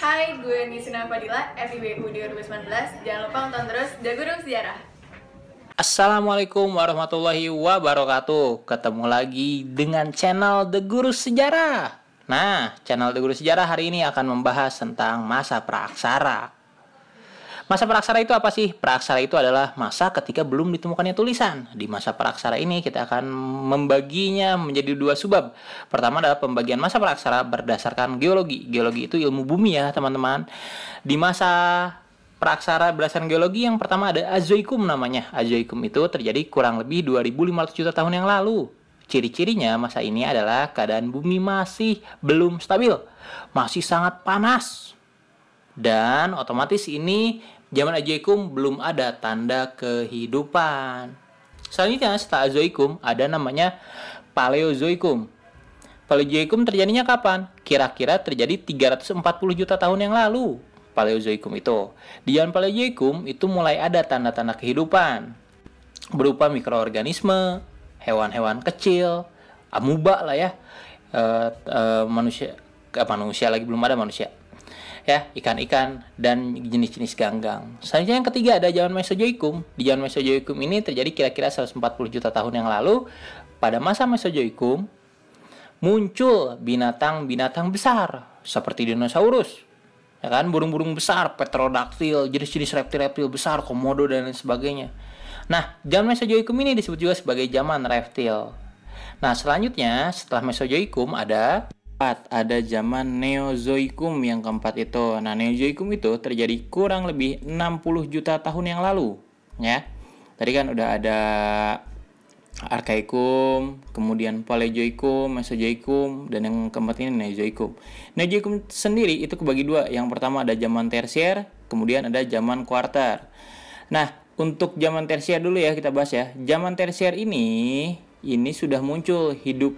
Hai, gue Nisina Fadila, FIBU 2019. Jangan lupa nonton terus The Guru Sejarah. Assalamualaikum warahmatullahi wabarakatuh. Ketemu lagi dengan channel The Guru Sejarah. Nah, channel The Guru Sejarah hari ini akan membahas tentang masa praaksara. Masa praaksara itu apa sih? Praaksara itu adalah masa ketika belum ditemukannya tulisan. Di masa praaksara ini kita akan membaginya menjadi dua subbab. Pertama adalah pembagian masa praaksara berdasarkan geologi. Geologi itu ilmu bumi ya teman-teman. Di masa praaksara berdasarkan geologi yang pertama ada Azoikum namanya. Azoikum itu terjadi kurang lebih 2.500 juta tahun yang lalu. Ciri-cirinya masa ini adalah keadaan bumi masih belum stabil. Masih sangat panas. Dan otomatis ini zaman Azoikum belum ada tanda kehidupan. Selanjutnya setelah Azoikum ada namanya Paleozoikum. Paleozoikum terjadinya kapan? Kira-kira terjadi 340 juta tahun yang lalu. Paleozoikum itu. Di zaman Paleozoikum itu mulai ada tanda-tanda kehidupan berupa mikroorganisme, hewan-hewan kecil, amuba lah ya, manusia lagi belum ada manusia. Ya, ikan-ikan dan jenis-jenis ganggang. Selanjutnya yang ketiga ada zaman Mesozoikum. Di zaman Mesozoikum ini terjadi kira-kira 140 juta tahun yang lalu. Pada masa Mesozoikum muncul binatang-binatang besar seperti dinosaurus. Ya kan, burung-burung besar, pterodaktil, jenis-jenis reptil-reptil besar, komodo dan lain sebagainya. Nah, zaman Mesozoikum ini disebut juga sebagai zaman reptil. Nah, selanjutnya setelah Mesozoikum ada zaman Neozoikum yang keempat itu. Nah, Neozoikum itu terjadi kurang lebih 60 juta tahun yang lalu, ya. Tadi kan udah ada Arkaikum, kemudian Paleozoikum, Mesozoikum, dan yang keempat ini Neozoikum. Neozoikum sendiri itu kebagi dua. Yang pertama ada zaman tersier, kemudian ada zaman kuarter. Nah, untuk zaman tersier dulu ya kita bahas ya. Zaman tersier ini sudah muncul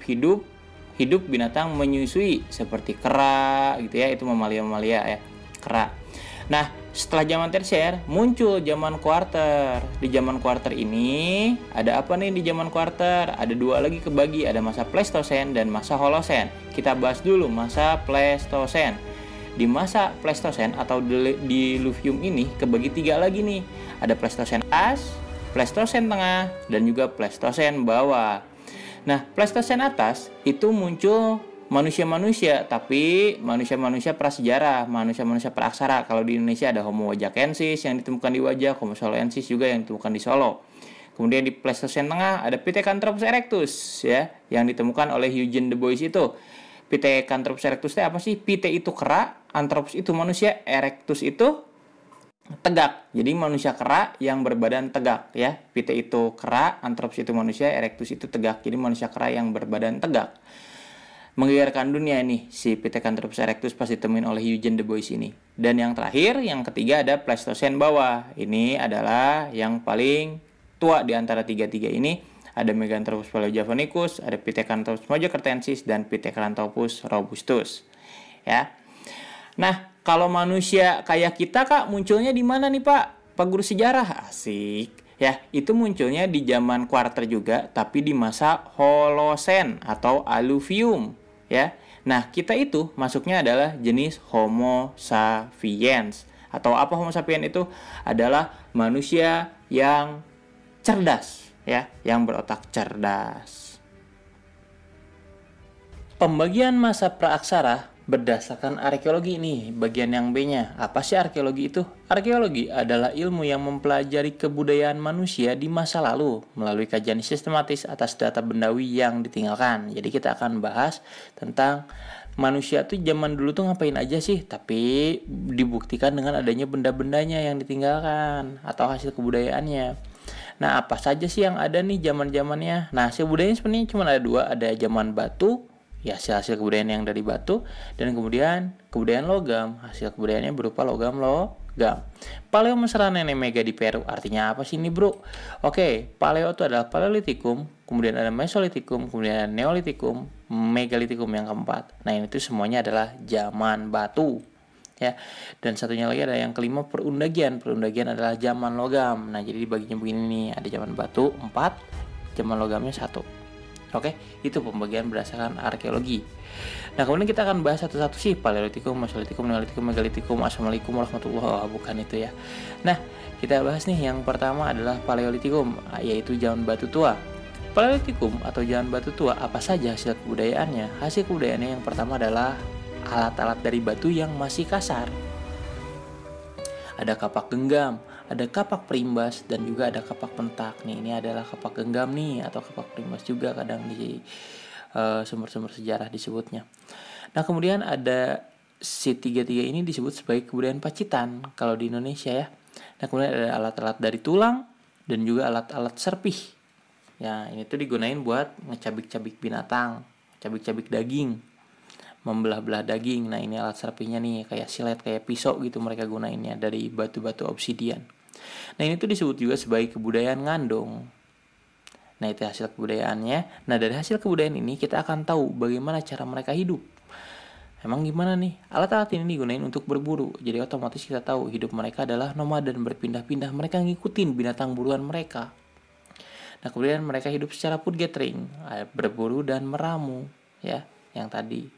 hidup binatang menyusui seperti kera gitu ya, itu mamalia ya, kera. Nah, setelah zaman tersier muncul zaman kuarter. Di zaman kuarter ini ada apa nih? Di zaman kuarter ada dua lagi kebagi, ada masa Pleistosen dan masa Holosen. Kita bahas dulu masa Pleistosen. Di masa Pleistosen atau Diluvium ini kebagi tiga lagi nih. Ada Pleistosen atas, Pleistosen tengah, dan juga Pleistosen bawah. Nah, Pleistosen atas itu muncul manusia-manusia, tapi manusia-manusia prasejarah, manusia-manusia praaksara. Kalau di Indonesia ada Homo wajakensis yang ditemukan di Wajak, Homo soloensis juga yang ditemukan di Solo. Kemudian di Pleistosen tengah ada Pithecanthropus erectus ya, yang ditemukan oleh Eugene de Bois itu. Pithecanthropus erectus itu apa sih? Pithe itu kera, Anthropus itu manusia, erectus itu tegak. Jadi manusia kera yang berbadan tegak ya. Pithe itu kera, Anthropus itu manusia, erectus itu tegak. Jadi manusia kera yang berbadan tegak. Menggegarkan dunia nih si Pithecanthropus erectus pas ditemuin oleh Eugene de Bois ini. Dan yang terakhir, yang ketiga ada Pleistosen bawah. Ini adalah yang paling tua di antara tiga-tiga ini. Ada Meganthropus paleojavanicus, ada Pithecanthropus mojokertensis, dan Pithecanthropus robustus. Ya. Nah, kalau manusia kayak kita Kak, munculnya di mana nih Pak? Pak Guru Sejarah. Asik. Ya, itu munculnya di zaman kuarter juga, tapi di masa Holosen atau Alluvium, ya. Nah, kita itu masuknya adalah jenis Homo sapiens. Atau apa Homo sapiens itu? Adalah manusia yang cerdas, ya, yang berotak cerdas. Pembagian masa praaksara berdasarkan arkeologi ini, bagian yang B-nya. Apa sih arkeologi itu? Arkeologi adalah ilmu yang mempelajari kebudayaan manusia di masa lalu melalui kajian sistematis atas data bendawi yang ditinggalkan. Jadi kita akan bahas tentang manusia tuh zaman dulu tuh ngapain aja sih, tapi dibuktikan dengan adanya benda-bendanya yang ditinggalkan atau hasil kebudayaannya. Nah, apa saja sih yang ada nih zaman-zamannya? Nah, hasil budayanya sebenarnya cuma ada dua, ada zaman batu, ya hasil kebudayaan yang dari batu, dan kemudian kebudayaan logam, hasil kebudayaannya berupa logam. Paleo mesra nenek mega di Peru, artinya apa sih ini bro? Oke, paleo itu adalah paleolitikum, kemudian ada mesolitikum, kemudian ada neolitikum, megalitikum yang keempat. Nah, ini tuh semuanya adalah zaman batu, ya. Dan satunya lagi ada yang kelima, perundagian adalah zaman logam. Nah, jadi dibaginya begini nih, ada zaman batu 4, zaman logamnya 1. Oke, itu pembagian berdasarkan arkeologi. Nah, kemudian kita akan bahas satu-satu sih, Paleolitikum, Mesolitikum, Neolitikum, Megalitikum. Assalamualaikum warahmatullahi wabarakatuh. Bukan itu ya. Nah, kita bahas nih yang pertama adalah Paleolitikum, yaitu zaman batu tua. Paleolitikum atau zaman batu tua, apa saja hasil kebudayaannya? Hasil kebudayaannya yang pertama adalah alat-alat dari batu yang masih kasar. Ada kapak genggam, ada kapak perimbas, dan juga ada kapak pentak. Nih, ini adalah kapak genggam nih, atau kapak perimbas juga kadang di sumber-sumber sejarah disebutnya. Nah, kemudian ada si tiga-tiga ini disebut sebagai kebudayaan Pacitan kalau di Indonesia ya. Nah, kemudian ada alat-alat dari tulang dan juga alat-alat serpih. Ya, ini tuh digunain buat ngecabik-cabik binatang, cabik-cabik daging, membelah-belah daging. Nah, ini alat serpihnya nih, kayak silet, kayak pisau gitu mereka gunainnya dari batu-batu obsidian. Nah, ini tuh disebut juga sebagai kebudayaan Ngandong. Nah, itu hasil kebudayaannya. Nah, dari hasil kebudayaan ini kita akan tahu bagaimana cara mereka hidup. Emang gimana nih? Alat-alat ini digunain untuk berburu. Jadi otomatis kita tahu hidup mereka adalah nomaden, berpindah-pindah. Mereka ngikutin binatang buruan mereka. Nah, kemudian mereka hidup secara food gathering, berburu dan meramu, ya, yang tadi.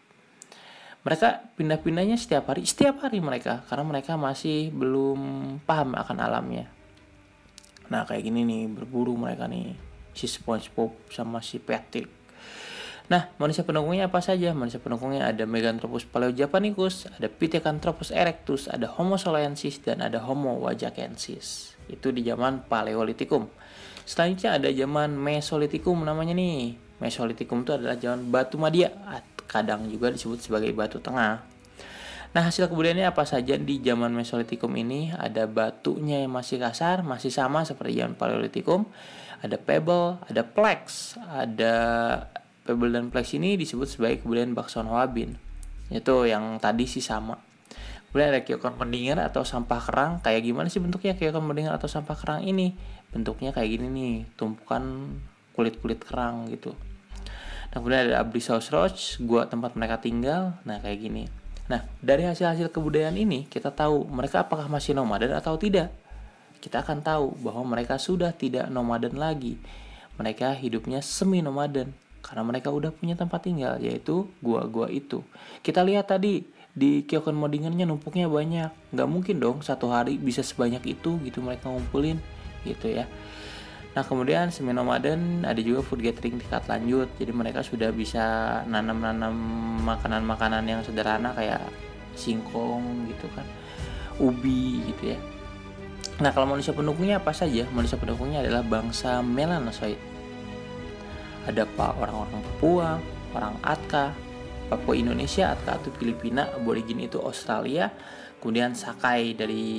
Mereka pindah-pindahnya setiap hari mereka, karena mereka masih belum paham akan alamnya. Nah, kayak gini nih, berburu mereka nih, si SpongeBob sama si Patrick. Nah, manusia pendukungnya apa saja? Manusia pendukungnya ada Meganthropus paleojapanicus, ada Pithecanthropus erectus, ada Homo soloensis, dan ada Homo wajakensis. Itu di zaman Paleolitikum. Selanjutnya ada zaman Mesolitikum namanya nih. Mesolitikum itu adalah zaman batu Madia, kadang juga disebut sebagai batu tengah. Nah, hasil kebudayaannya apa saja di zaman Mesolitikum ini? Ada batunya yang masih kasar, masih sama seperti zaman Paleolitikum. Ada pebble, ada plex. Ada pebble dan plex ini disebut sebagai kebudayaan Bakson Hoabin. Itu yang tadi sih sama. Kemudian ada keokon mendingan atau sampah kerang. Kayak gimana sih bentuknya keokon mendingan atau sampah kerang ini? Bentuknya kayak gini nih, tumpukan kulit-kulit kerang gitu. Nah, kemudian ada Abrishos Roch, gua tempat mereka tinggal. Nah, kayak gini. Nah, dari hasil-hasil kebudayaan ini kita tahu mereka apakah masih nomaden atau tidak. Kita akan tahu bahwa mereka sudah tidak nomaden lagi. Mereka hidupnya semi nomaden karena mereka udah punya tempat tinggal, yaitu gua-gua itu. Kita lihat tadi di Keokon Modingannya numpuknya banyak. Nggak mungkin dong satu hari bisa sebanyak itu gitu mereka ngumpulin gitu ya. Nah, kemudian semi nomaden ada juga food gathering tingkat lanjut. Jadi mereka sudah bisa nanam-nanam makanan-makanan yang sederhana kayak singkong gitu kan, ubi gitu ya. Nah, kalau manusia pendukungnya apa saja? Manusia pendukungnya adalah bangsa Melanosoid. Ada orang-orang Papua, orang Atka, Papua Indonesia, Atka itu Filipina, Aborigin itu Australia, kemudian Sakai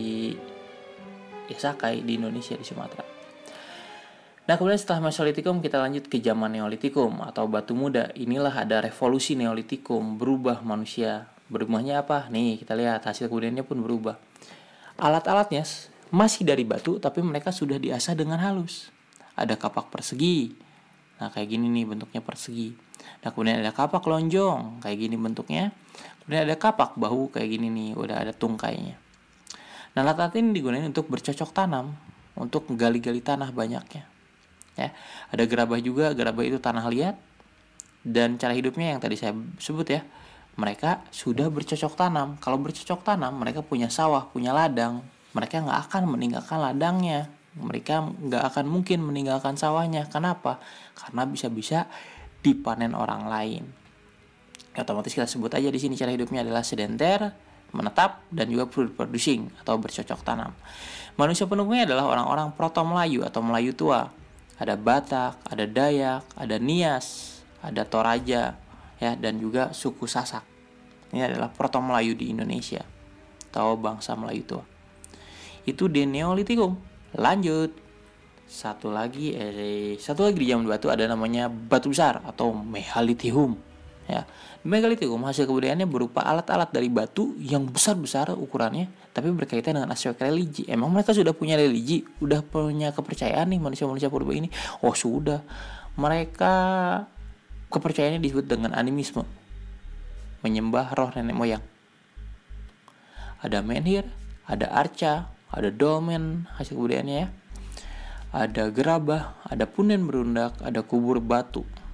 Sakai di Indonesia di Sumatera. Nah, kemudian setelah Mesolitikum kita lanjut ke zaman Neolitikum atau Batu Muda. Inilah ada revolusi Neolitikum, berubah manusia. Berubahnya apa? Nih, kita lihat hasil kemudiannya pun berubah. Alat-alatnya masih dari batu tapi mereka sudah diasah dengan halus. Ada kapak persegi. Nah, kayak gini nih bentuknya persegi. Nah, kemudian ada kapak lonjong, kayak gini bentuknya. Kemudian ada kapak bahu kayak gini nih, udah ada tungkainya. Nah, alat ini digunakan untuk bercocok tanam, untuk gali-gali tanah banyaknya. Ya, ada gerabah juga. Gerabah itu tanah liat. Dan cara hidupnya yang tadi saya sebut ya, mereka sudah bercocok tanam. Kalau bercocok tanam, mereka punya sawah, punya ladang. Mereka nggak akan meninggalkan ladangnya. Mereka nggak akan mungkin meninggalkan sawahnya. Kenapa? Karena bisa-bisa dipanen orang lain. Otomatis kita sebut aja di sini cara hidupnya adalah sedenter, menetap, dan juga food producing atau bercocok tanam. Manusia pendukungnya adalah orang-orang Proto Melayu atau Melayu tua. Ada Batak, ada Dayak, ada Nias, ada Toraja, ya, dan juga suku Sasak. Ini adalah Proto Melayu di Indonesia atau bangsa Melayu tua. Itu di Neolitikum. Lanjut. Satu lagi di zaman batu ada namanya batu besar atau Megalitikum. Ya, Megalitikum hasil kebudayaannya berupa alat-alat dari batu yang besar-besar ukurannya, tapi berkaitan dengan aspek religi. Emang mereka sudah punya religi, udah punya kepercayaan nih manusia-manusia purba ini? Oh sudah, mereka kepercayaannya disebut dengan animisme, menyembah roh nenek moyang. Ada menhir, ada arca, ada dolmen hasil kebudayaannya ya. Ada gerabah, ada punden berundak, ada kubur batu.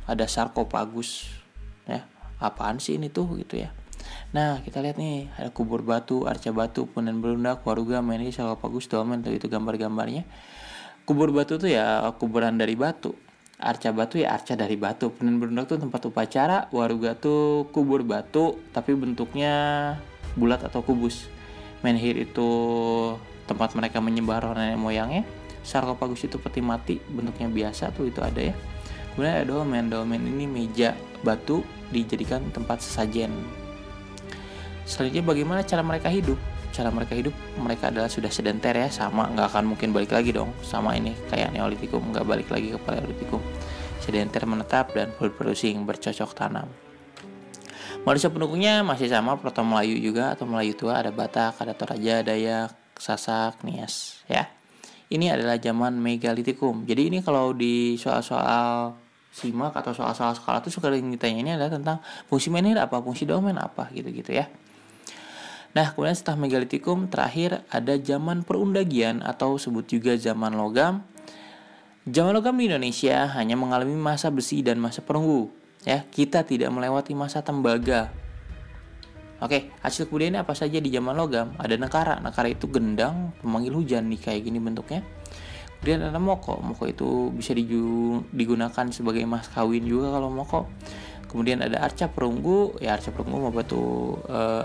ada sarkofagus. Ya, apaan sih ini tuh gitu ya. Nah, kita lihat nih, ada kubur batu, arca batu, punden berundak, waruga, meni, sarkofagus, dolmen, itu gambar-gambarnya. Kubur batu tuh ya kuburan dari batu. Arca batu ya arca dari batu. Punden berundak tuh tempat upacara, waruga tuh kubur batu tapi bentuknya bulat atau kubus. Menhir itu tempat mereka menyembah roh nenek moyangnya. Sarkofagus itu peti mati, bentuknya biasa tuh itu ada ya. Kemudian ada dolmen. Dolmen ini meja batu dijadikan tempat sesajen. Selanjutnya bagaimana cara mereka hidup? Cara mereka hidup, mereka adalah sudah sedenter ya, sama, nggak akan mungkin balik lagi dong sama ini kayak Neolitikum, nggak balik lagi ke Paleolitikum. Sedenter, menetap, dan full producing, bercocok tanam. Manusia pendukungnya masih sama, Proto Melayu juga atau Melayu tua, ada Batak, ada Toraja, Dayak, Sasak, Nias ya. Ini adalah zaman Megalitikum. Jadi ini kalau di soal-soal simak atau soal-soal sekolah itu suka ditanya ini adalah tentang fungsi menhir apa, fungsi dolmen apa gitu-gitu ya. Nah, kemudian setelah Megalitikum terakhir ada zaman perundagian atau sebut juga zaman logam. Zaman logam di Indonesia hanya mengalami masa besi dan masa perunggu. Ya, kita tidak melewati masa tembaga. Oke, hasil kemudiannya apa saja di zaman logam? Ada nekara. Nekara itu gendang pemanggil hujan nih kayak gini bentuknya. Kemudian ada moko. Moko itu bisa digunakan sebagai mas kawin juga kalau moko. Kemudian ada arca perunggu. Ya, arca perunggu mau batu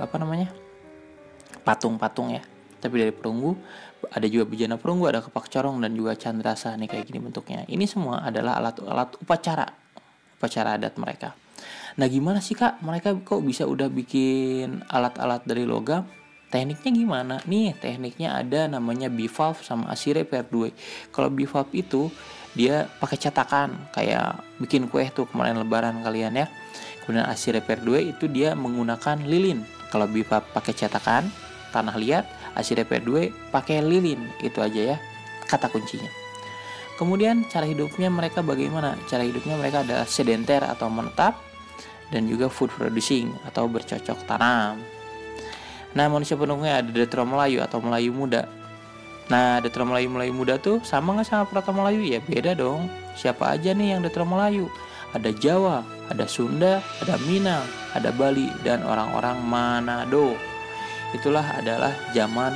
patung-patung ya, tapi dari perunggu. Ada juga bejana perunggu, ada kepak corong, dan juga candrasa nih kayak gini bentuknya. Ini semua adalah alat-alat upacara adat mereka. Nah, gimana sih Kak, mereka kok bisa udah bikin alat-alat dari logam? Tekniknya gimana? Nih, tekniknya ada namanya bivalve sama asire per 2. Kalau bivalve itu dia pakai cetakan, kayak bikin kue tuh kemarin lebaran kalian ya. Kemudian asire per 2 itu dia menggunakan lilin. Kalau bivalve pakai cetakan, tanah liat, asire per 2 pakai lilin. Itu aja ya kata kuncinya. Kemudian cara hidupnya mereka bagaimana? Cara hidupnya mereka adalah sedenter atau menetap, dan juga food producing atau bercocok tanam. Nah, manusia pendukungnya ada Detro Melayu atau Melayu muda. Nah, Detro Melayu muda tuh sama nggak sama Proto Melayu? Ya beda dong. Siapa aja nih yang Detro Melayu? Ada Jawa, ada Sunda, ada Minang, ada Bali, dan orang-orang Manado. Itulah adalah zaman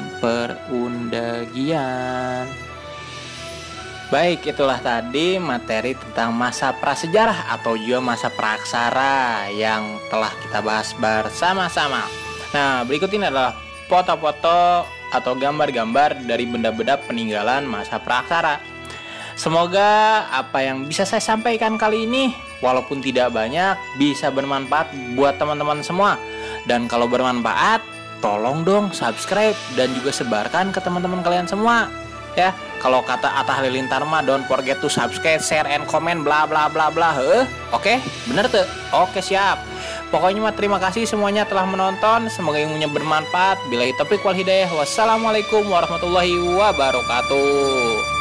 perundagian. Baik, itulah tadi materi tentang masa prasejarah atau juga masa praksara yang telah kita bahas bersama-sama. Nah, berikut ini adalah foto-foto atau gambar-gambar dari benda-benda peninggalan masa praksara. Semoga apa yang bisa saya sampaikan kali ini, walaupun tidak banyak, bisa bermanfaat buat teman-teman semua. Dan kalau bermanfaat, tolong dong subscribe dan juga sebarkan ke teman-teman kalian semua. Ya, kalau kata Atta Halilintar mah don't forget to subscribe, share, and comment bla bla bla bla. Oke, bener tuh? Oke, siap. Pokoknya mah terima kasih semuanya telah menonton. Semoga ilmunya bermanfaat. Billahi taufiq wal hidayah. Wassalamualaikum warahmatullahi wabarakatuh.